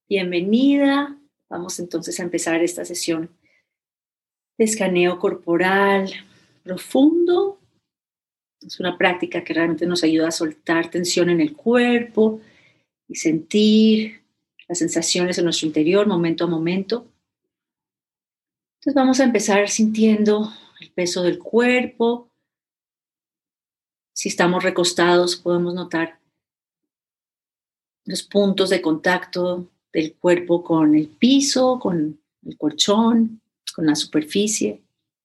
Bienvenida. Vamos entonces a empezar esta sesión de escaneo corporal profundo. Es una práctica que realmente nos ayuda a soltar tensión en el cuerpo y sentir las sensaciones en nuestro interior momento a momento. Entonces vamos a empezar sintiendo el peso del cuerpo. Si estamos recostados, podemos notar los puntos de contacto del cuerpo con el piso, con el colchón, con la superficie.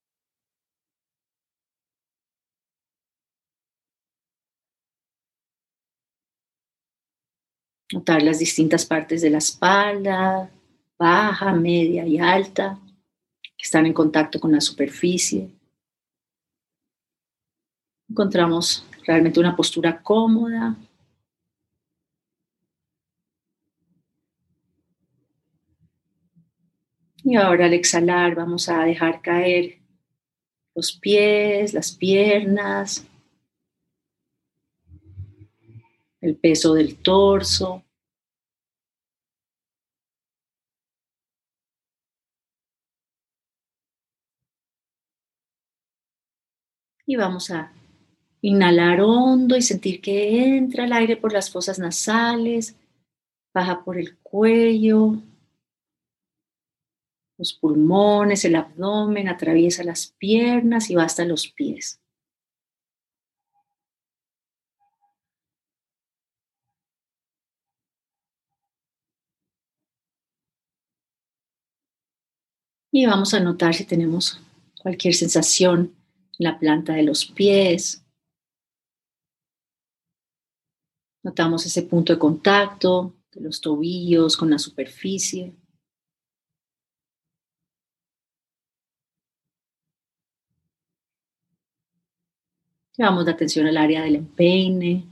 Notar las distintas partes de la espalda, baja, media y alta, que están en contacto con la superficie. Encontramos realmente una postura cómoda. Y ahora al exhalar vamos a dejar caer los pies, las piernas, el peso del torso. Y vamos a inhalar hondo y sentir que entra el aire por las fosas nasales, baja por el cuello, los pulmones, el abdomen, atraviesa las piernas y va hasta los pies. Y vamos a notar si tenemos cualquier sensación en la planta de los pies. Notamos ese punto de contacto de los tobillos con la superficie. Llevamos la atención al área del empeine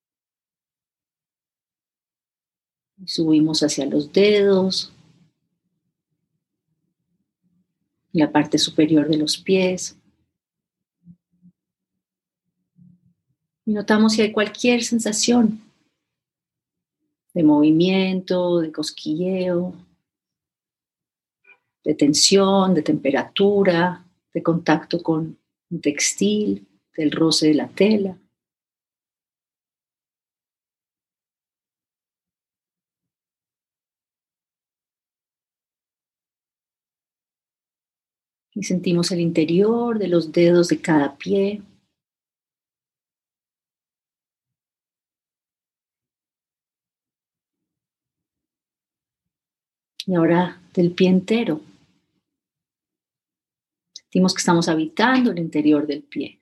y subimos hacia los dedos, la parte superior de los pies. Y notamos si hay cualquier sensación de movimiento, de cosquilleo, de tensión, de temperatura, de contacto con un textil, del roce de la tela. Y sentimos el interior de los dedos de cada pie. Y ahora del pie entero. Sentimos que estamos habitando el interior del pie.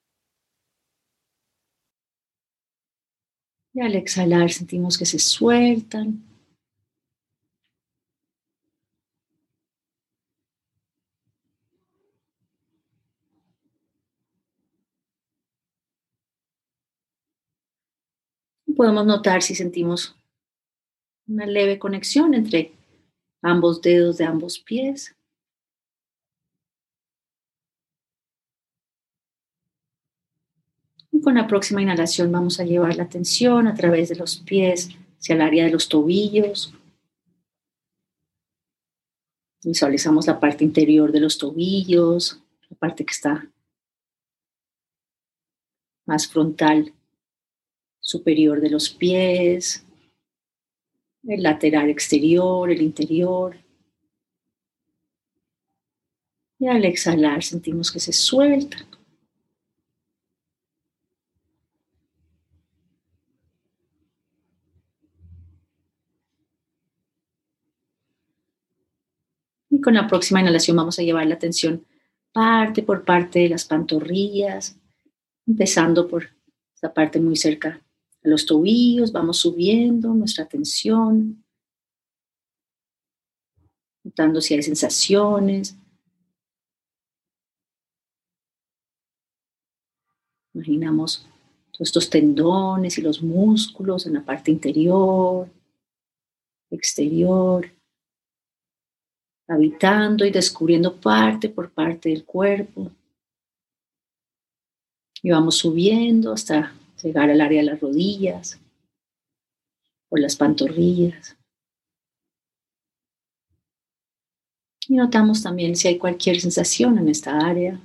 Y al exhalar sentimos que se sueltan. Y podemos notar si sentimos una leve conexión entre ambos dedos de ambos pies. Y con la próxima inhalación vamos a llevar la atención a través de los pies hacia el área de los tobillos. Visualizamos la parte interior de los tobillos, la parte que está más frontal superior de los pies, el lateral exterior, el interior. Y al exhalar sentimos que se sueltan. Y con la próxima inhalación vamos a llevar la atención parte por parte de las pantorrillas, empezando por esta parte muy cerca a los tobillos. Vamos subiendo nuestra atención, notando si hay sensaciones. Imaginamos todos estos tendones y los músculos en la parte interior, exterior, habitando y descubriendo parte por parte del cuerpo. Y vamos subiendo hasta llegar al área de las rodillas o las pantorrillas. Y notamos también si hay cualquier sensación en esta área.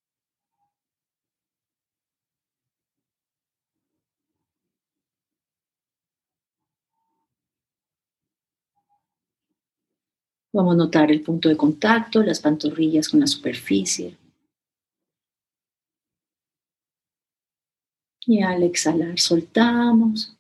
Vamos a notar el punto de contacto, las pantorrillas con la superficie. Y al exhalar soltamos.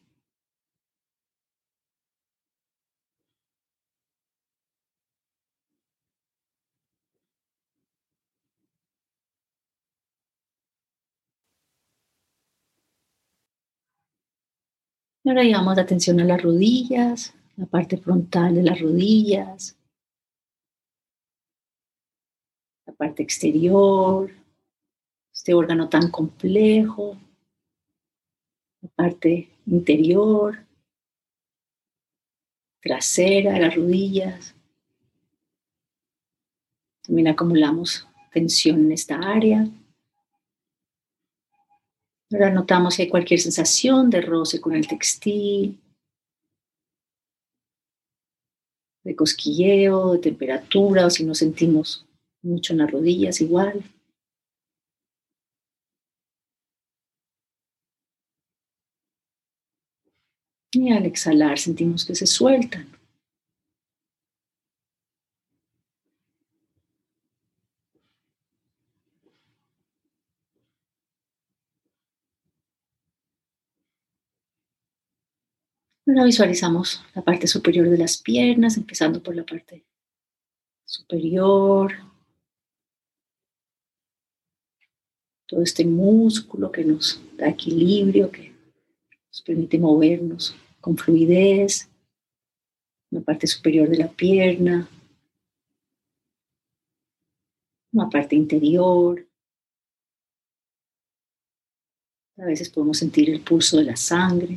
Y ahora llevamos la atención a las rodillas, la parte frontal de las rodillas, la parte exterior, este órgano tan complejo, la parte interior, trasera de las rodillas. También acumulamos tensión en esta área. Ahora notamos si hay cualquier sensación de roce con el textil, de cosquilleo, de temperatura, o si nos sentimos mucho en las rodillas igual. Y al exhalar sentimos que se sueltan. Ahora visualizamos la parte superior de las piernas, empezando por la parte superior, todo este músculo que nos da equilibrio, que nos permite movernos con fluidez, la parte superior de la pierna, la parte interior. A veces podemos sentir el pulso de la sangre,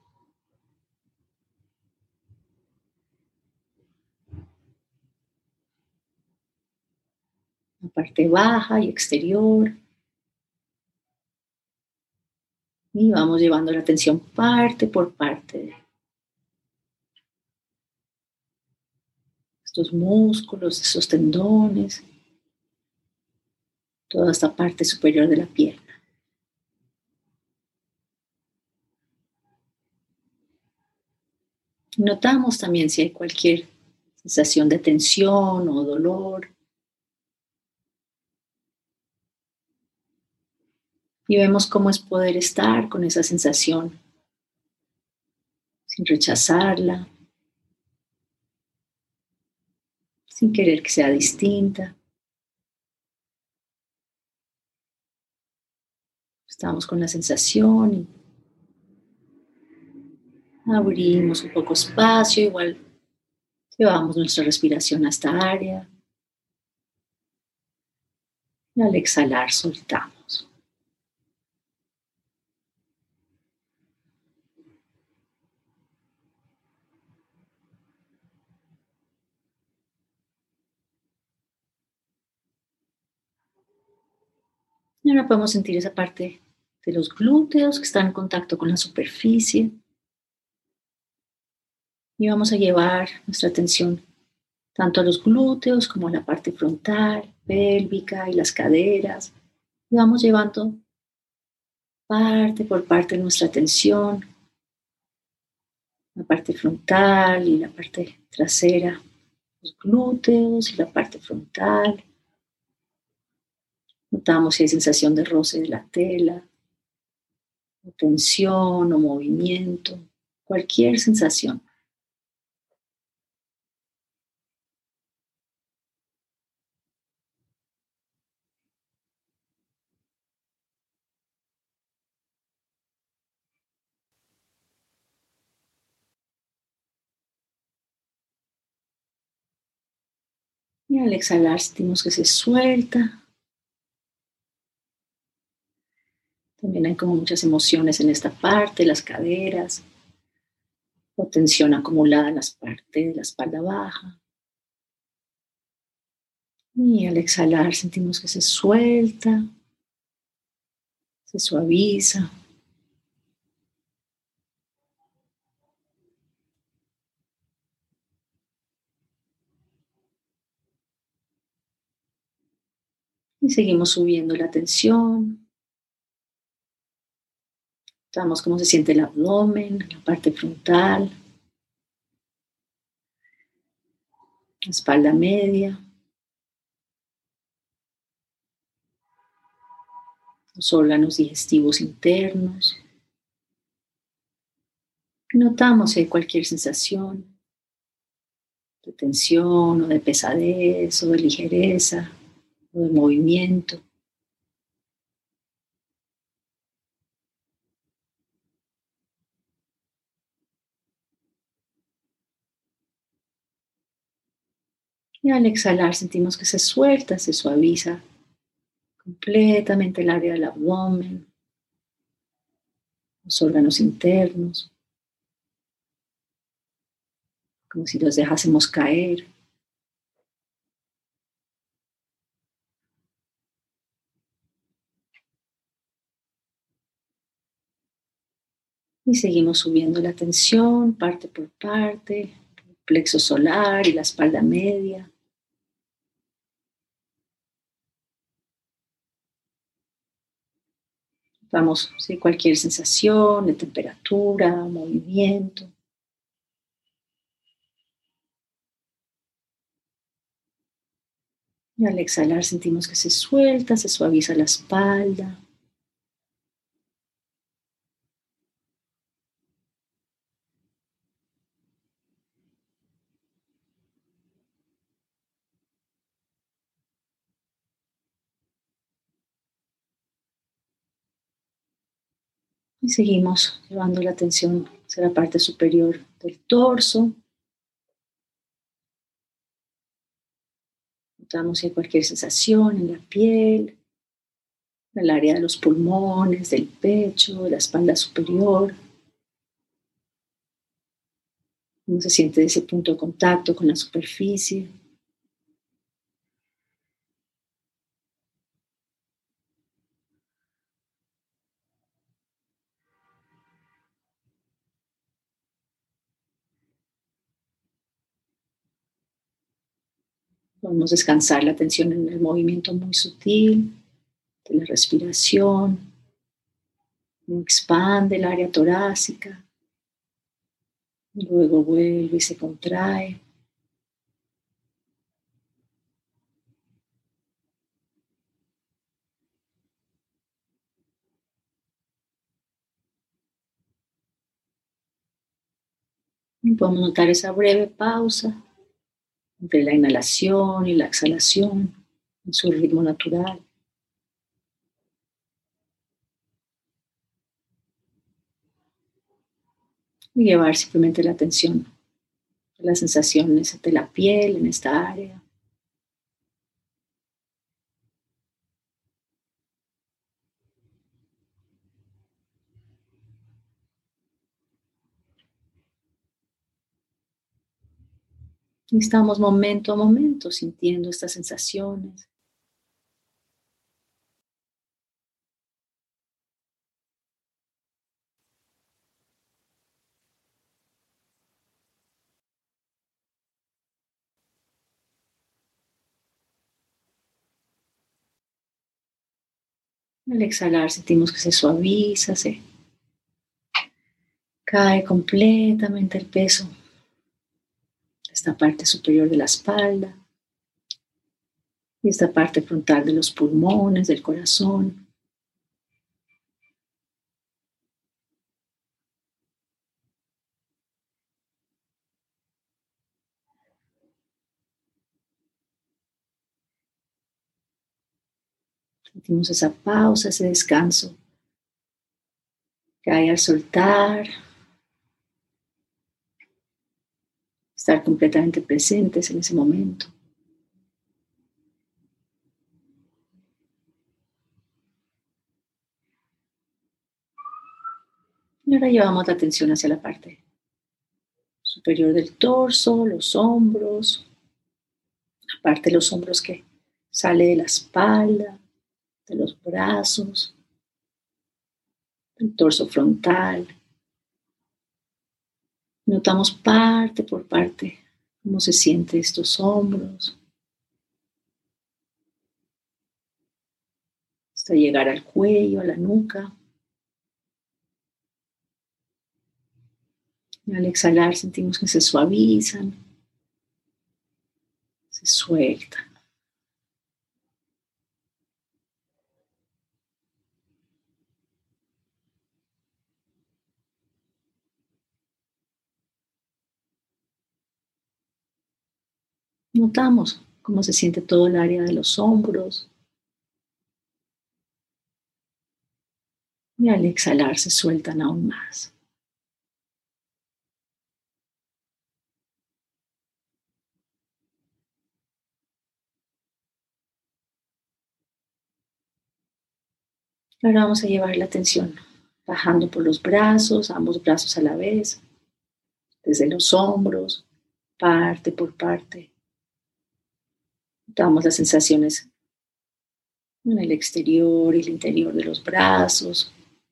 la parte baja y exterior. Y vamos llevando la atención parte por parte de estos músculos, estos tendones, toda esta parte superior de la pierna. Y notamos también si hay cualquier sensación de tensión o dolor. Y vemos cómo es poder estar con esa sensación sin rechazarla, sin querer que sea distinta. Estamos con la sensación y abrimos un poco espacio, igual llevamos nuestra respiración a esta área y al exhalar soltamos. Y ahora podemos sentir esa parte de los glúteos que están en contacto con la superficie y vamos a llevar nuestra atención tanto a los glúteos como a la parte frontal, pélvica y las caderas. Y vamos llevando parte por parte de nuestra atención, la parte frontal y la parte trasera, los glúteos y la parte frontal. Notamos si hay sensación de roce de la tela, o tensión o movimiento, cualquier sensación. Y al exhalar sentimos que se suelta. También hay como muchas emociones en esta parte, las caderas, o tensión acumulada en las partes de la espalda baja. Y al exhalar sentimos que se suelta, se suaviza. Y seguimos subiendo la tensión. Notamos cómo se siente el abdomen, la parte frontal, la espalda media, los órganos digestivos internos. Y notamos si hay cualquier sensación de tensión o de pesadez o de ligereza o de movimiento. Y al exhalar sentimos que se suelta, se suaviza completamente el área del abdomen, los órganos internos, como si los dejásemos caer. Y seguimos subiendo la tensión, parte por parte, el plexo solar y la espalda media. Vamos, si cualquier sensación de temperatura, movimiento. Y al exhalar sentimos que se suelta, se suaviza la espalda. Y seguimos llevando la atención hacia la parte superior del torso. Notamos si hay cualquier sensación en la piel, en el área de los pulmones, del pecho, de la espalda superior. Cómo se siente ese punto de contacto con la superficie. Podemos descansar la atención en el movimiento muy sutil de la respiración, cómo expande el área torácica, y luego vuelve y se contrae. Y podemos notar esa breve pausa entre la inhalación y la exhalación en su ritmo natural. Y llevar simplemente la atención a las sensaciones de la piel en esta área. Y estamos momento a momento sintiendo estas sensaciones. Al exhalar sentimos que se suaviza, se cae completamente el peso de esta parte superior de la espalda y esta parte frontal de los pulmones, del corazón. Sentimos esa pausa, ese descanso que hay al soltar, estar completamente presentes en ese momento. Y ahora llevamos la atención hacia la parte superior del torso, los hombros, la parte de los hombros que sale de la espalda, de los brazos, del torso frontal. Notamos parte por parte cómo se sienten estos hombros, hasta llegar al cuello, a la nuca. Y al exhalar sentimos que se suavizan, se sueltan. Notamos cómo se siente todo el área de los hombros. Y al exhalar se sueltan aún más. Ahora vamos a llevar la atención bajando por los brazos, ambos brazos a la vez, desde los hombros, parte por parte. Notamos las sensaciones en el exterior y el interior de los brazos,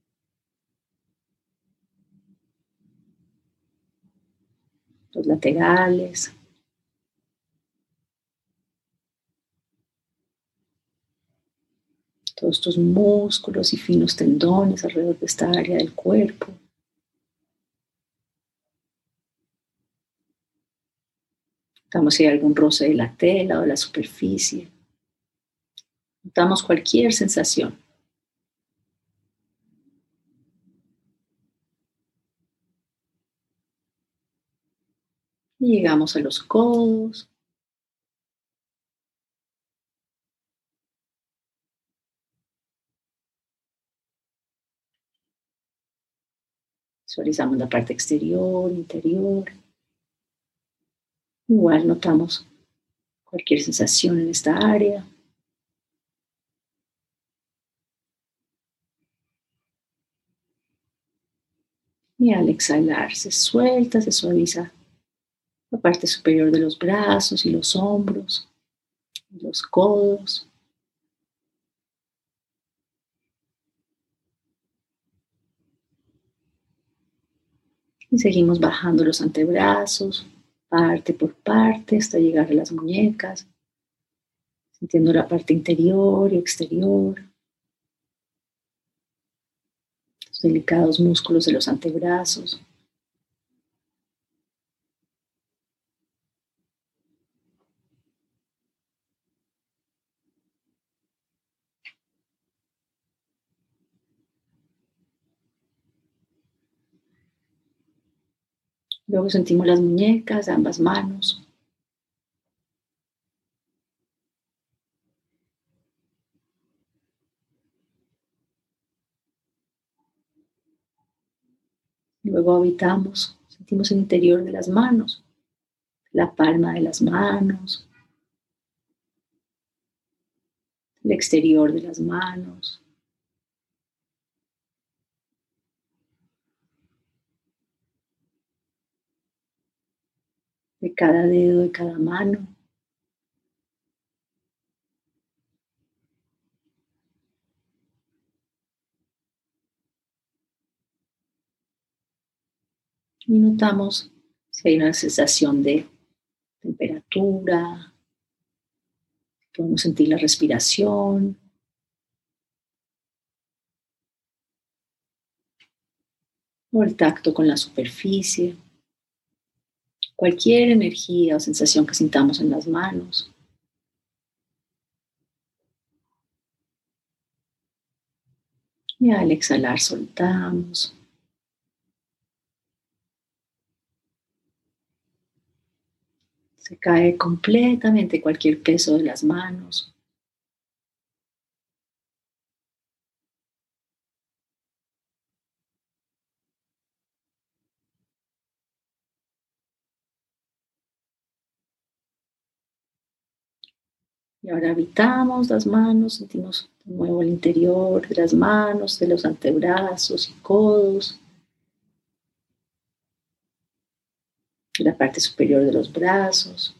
los laterales. Todos tus músculos y finos tendones alrededor de esta área del cuerpo. Notamos si hay algún roce de la tela o de la superficie. Notamos cualquier sensación. Y llegamos a los codos. Visualizamos la parte exterior, interior. Igual notamos cualquier sensación en esta área. Y al exhalar se suelta, se suaviza la parte superior de los brazos y los hombros, y los codos. Y seguimos bajando los antebrazos, parte por parte, hasta llegar a las muñecas, sintiendo la parte interior y exterior, los delicados músculos de los antebrazos. Luego sentimos las muñecas, ambas manos. Luego habitamos, sentimos el interior de las manos, la palma de las manos, el exterior de las manos. De cada dedo de cada mano. Y notamos si hay una sensación de temperatura, podemos sentir la respiración o el tacto con la superficie, cualquier energía o sensación que sintamos en las manos. Y al exhalar soltamos. Se cae completamente cualquier peso de las manos. Y ahora habitamos las manos, sentimos de nuevo el interior de las manos, de los antebrazos y codos, de la parte superior de los brazos.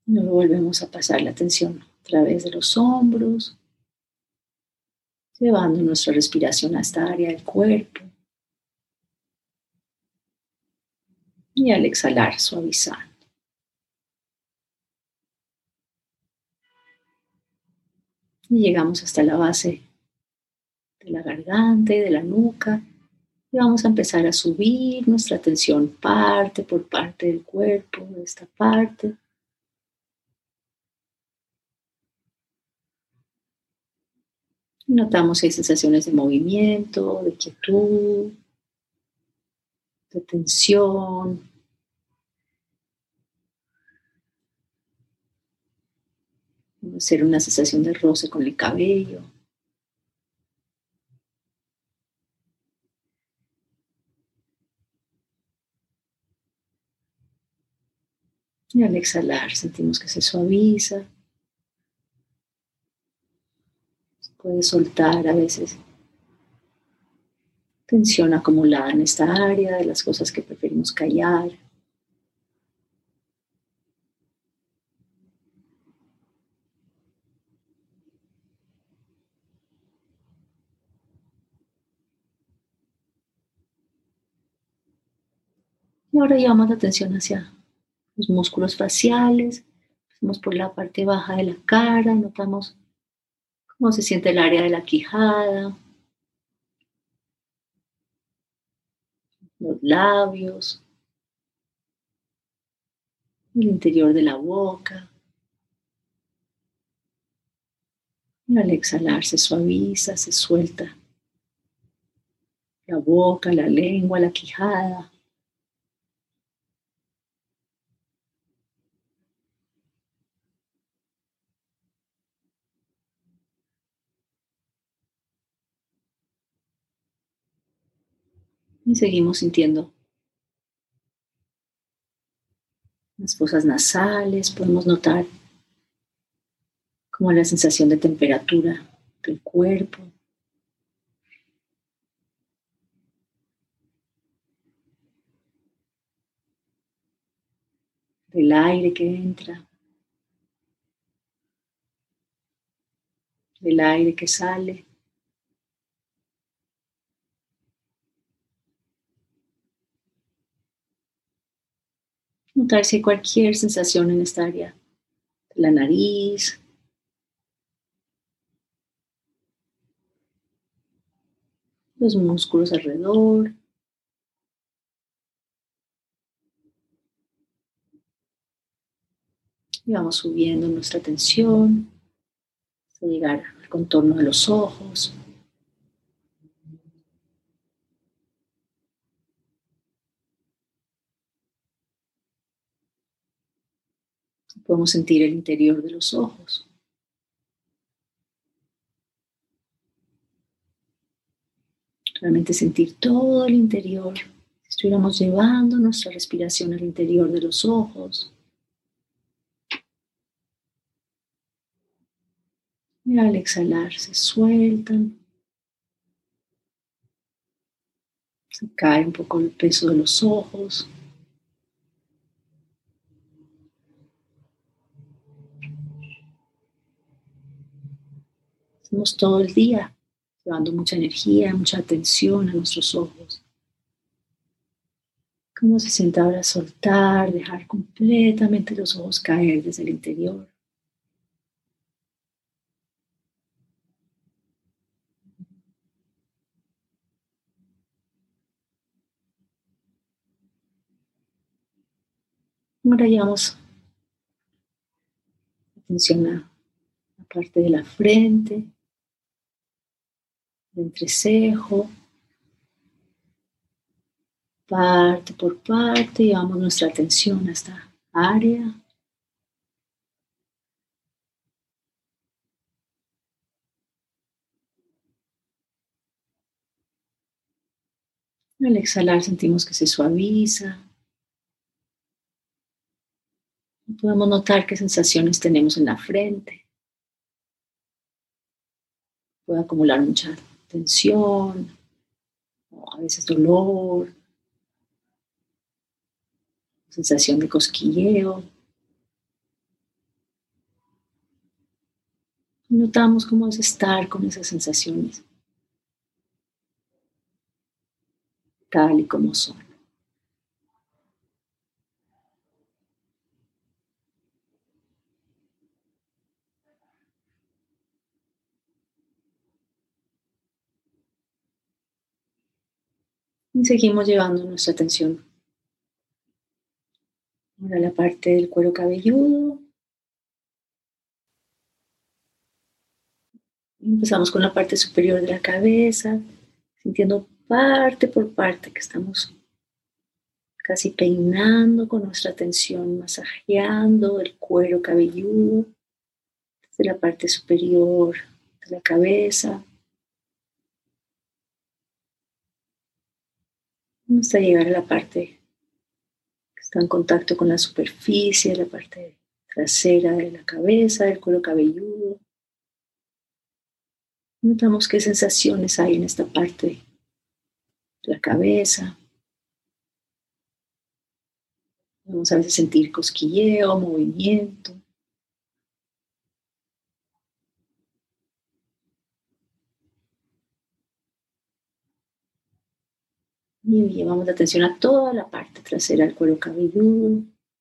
Luego volvemos a pasar la atención a través de los hombros, llevando nuestra respiración a esta área del cuerpo. Y al exhalar, suavizando. Y llegamos hasta la base de la garganta y de la nuca. Y vamos a empezar a subir nuestra atención parte por parte del cuerpo, de esta parte. Y notamos si hay sensaciones de movimiento, de quietud, de tensión. Puede ser una sensación de roce con el cabello. Y al exhalar sentimos que se suaviza. Se puede soltar a veces tensión acumulada en esta área, de las cosas que preferimos callar. Y ahora llevamos la atención hacia los músculos faciales. Pasamos por la parte baja de la cara, notamos cómo se siente el área de la quijada, los labios, el interior de la boca. Y al exhalar se suaviza, se suelta la boca, la lengua, la quijada. Y seguimos sintiendo las fosas nasales. Podemos notar como la sensación de temperatura del cuerpo. Del aire que entra, del aire que sale. Notar si hay cualquier sensación en esta área de la nariz, los músculos alrededor. Y vamos subiendo nuestra tensión hasta llegar al contorno de los ojos. Podemos sentir el interior de los ojos. Realmente sentir todo el interior. Si estuviéramos llevando nuestra respiración al interior de los ojos. Y al exhalar se sueltan. Se cae un poco el peso de los ojos. Hacemos todo el día, llevando mucha energía, mucha atención a nuestros ojos. ¿Cómo se siente ahora soltar, dejar completamente los ojos caer desde el interior? Ahora llevamos atención a la parte de la frente, el entrecejo, parte por parte, llevamos nuestra atención a esta área. Al exhalar sentimos que se suaviza. Podemos notar qué sensaciones tenemos en la frente. Puede acumular mucha tensión, o a veces dolor, sensación de cosquilleo. Notamos cómo es estar con esas sensaciones, tal y como son. Y seguimos llevando nuestra atención ahora a la parte del cuero cabelludo. Empezamos con la parte superior de la cabeza, sintiendo parte por parte que estamos casi peinando con nuestra atención, masajeando el cuero cabelludo desde la parte superior de la cabeza hasta llegar a la parte que está en contacto con la superficie, la parte trasera de la cabeza, del cuero cabelludo. Notamos qué sensaciones hay en esta parte de la cabeza. Vamos a veces sentir cosquilleo, movimiento. Y llevamos la atención a toda la parte trasera del cuero cabelludo.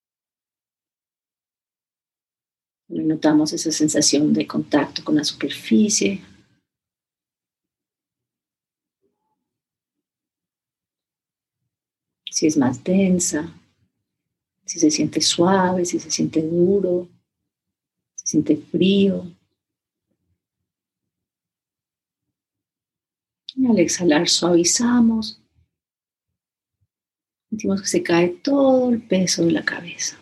Y notamos esa sensación de contacto con la superficie. Si es más densa, si se siente suave, si se siente duro, si se siente frío. Y al exhalar suavizamos. Sentimos que se cae todo el peso de la cabeza.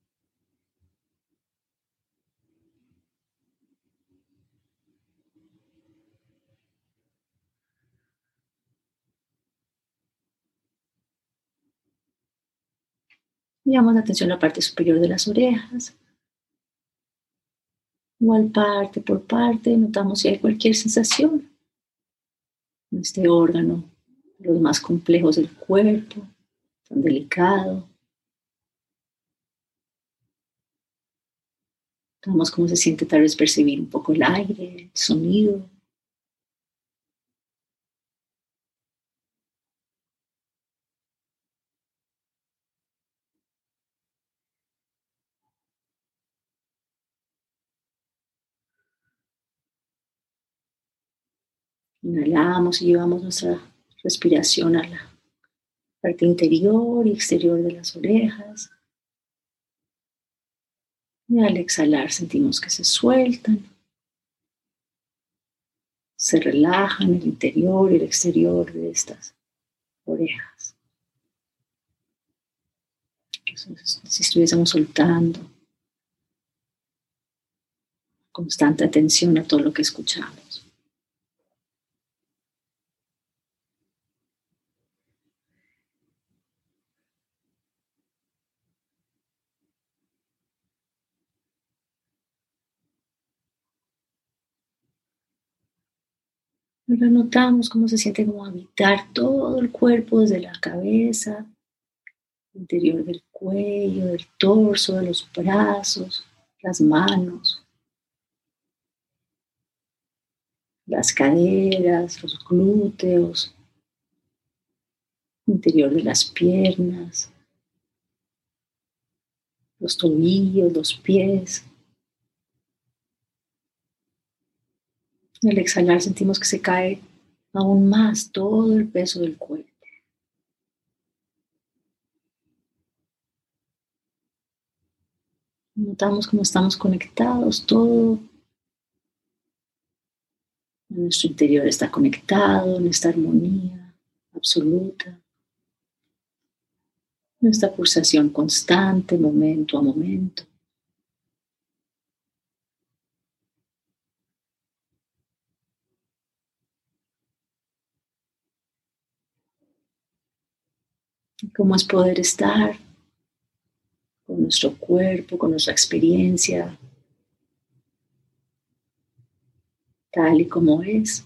Llevamos la atención a la parte superior de las orejas. Igual parte por parte, notamos si hay cualquier sensación en este órgano, los más complejos del cuerpo, tan delicado. Notamos cómo se siente tal vez percibir un poco el aire, el sonido. Inhalamos y llevamos nuestra respiración a la parte interior y exterior de las orejas. Y al exhalar sentimos que se sueltan, se relajan el interior y el exterior de estas orejas. Si estuviésemos soltando constante atención a todo lo que escuchamos. Ahora notamos cómo se siente como habitar todo el cuerpo desde la cabeza, interior del cuello, del torso, de los brazos, las manos, las caderas, los glúteos, interior de las piernas, los tobillos, los pies. Y al exhalar sentimos que se cae aún más todo el peso del cuerpo. Notamos cómo estamos conectados, todo en nuestro interior está conectado en esta armonía absoluta, en esta pulsación constante, momento a momento. Y cómo es poder estar con nuestro cuerpo, con nuestra experiencia, tal y como es,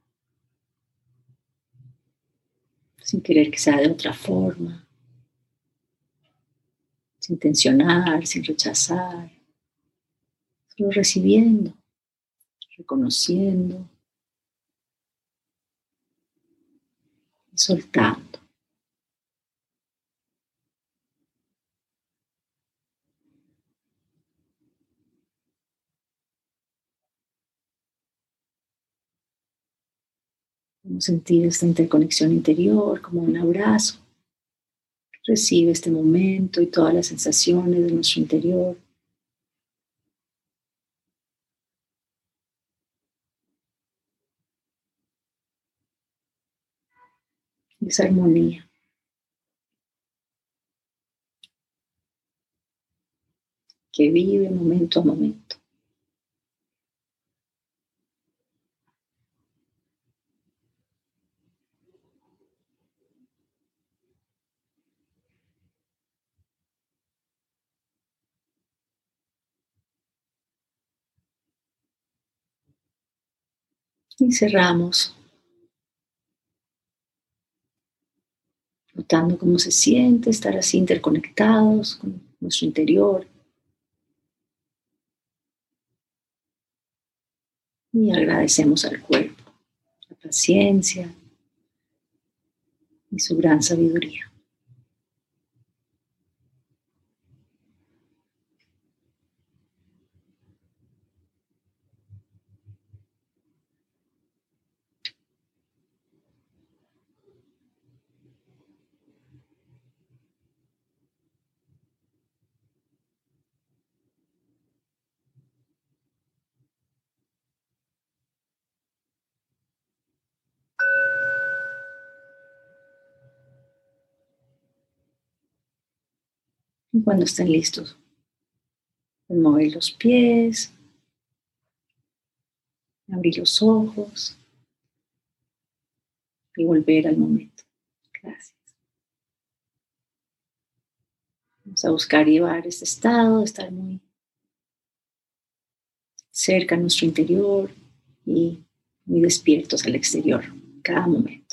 sin querer que sea de otra forma, sin tensionar, sin rechazar, solo recibiendo, reconociendo y soltando. Podemos sentir esta interconexión interior como un abrazo. Recibe este momento y todas las sensaciones de nuestro interior. Y esa armonía que vive momento a momento. Y cerramos, notando cómo se siente estar así interconectados con nuestro interior. Y agradecemos al cuerpo la paciencia y su gran sabiduría. Y cuando estén listos, pueden mover los pies, abrir los ojos y volver al momento. Gracias. Vamos a buscar llevar este estado, estar muy cerca a nuestro interior y muy despiertos al exterior, cada momento.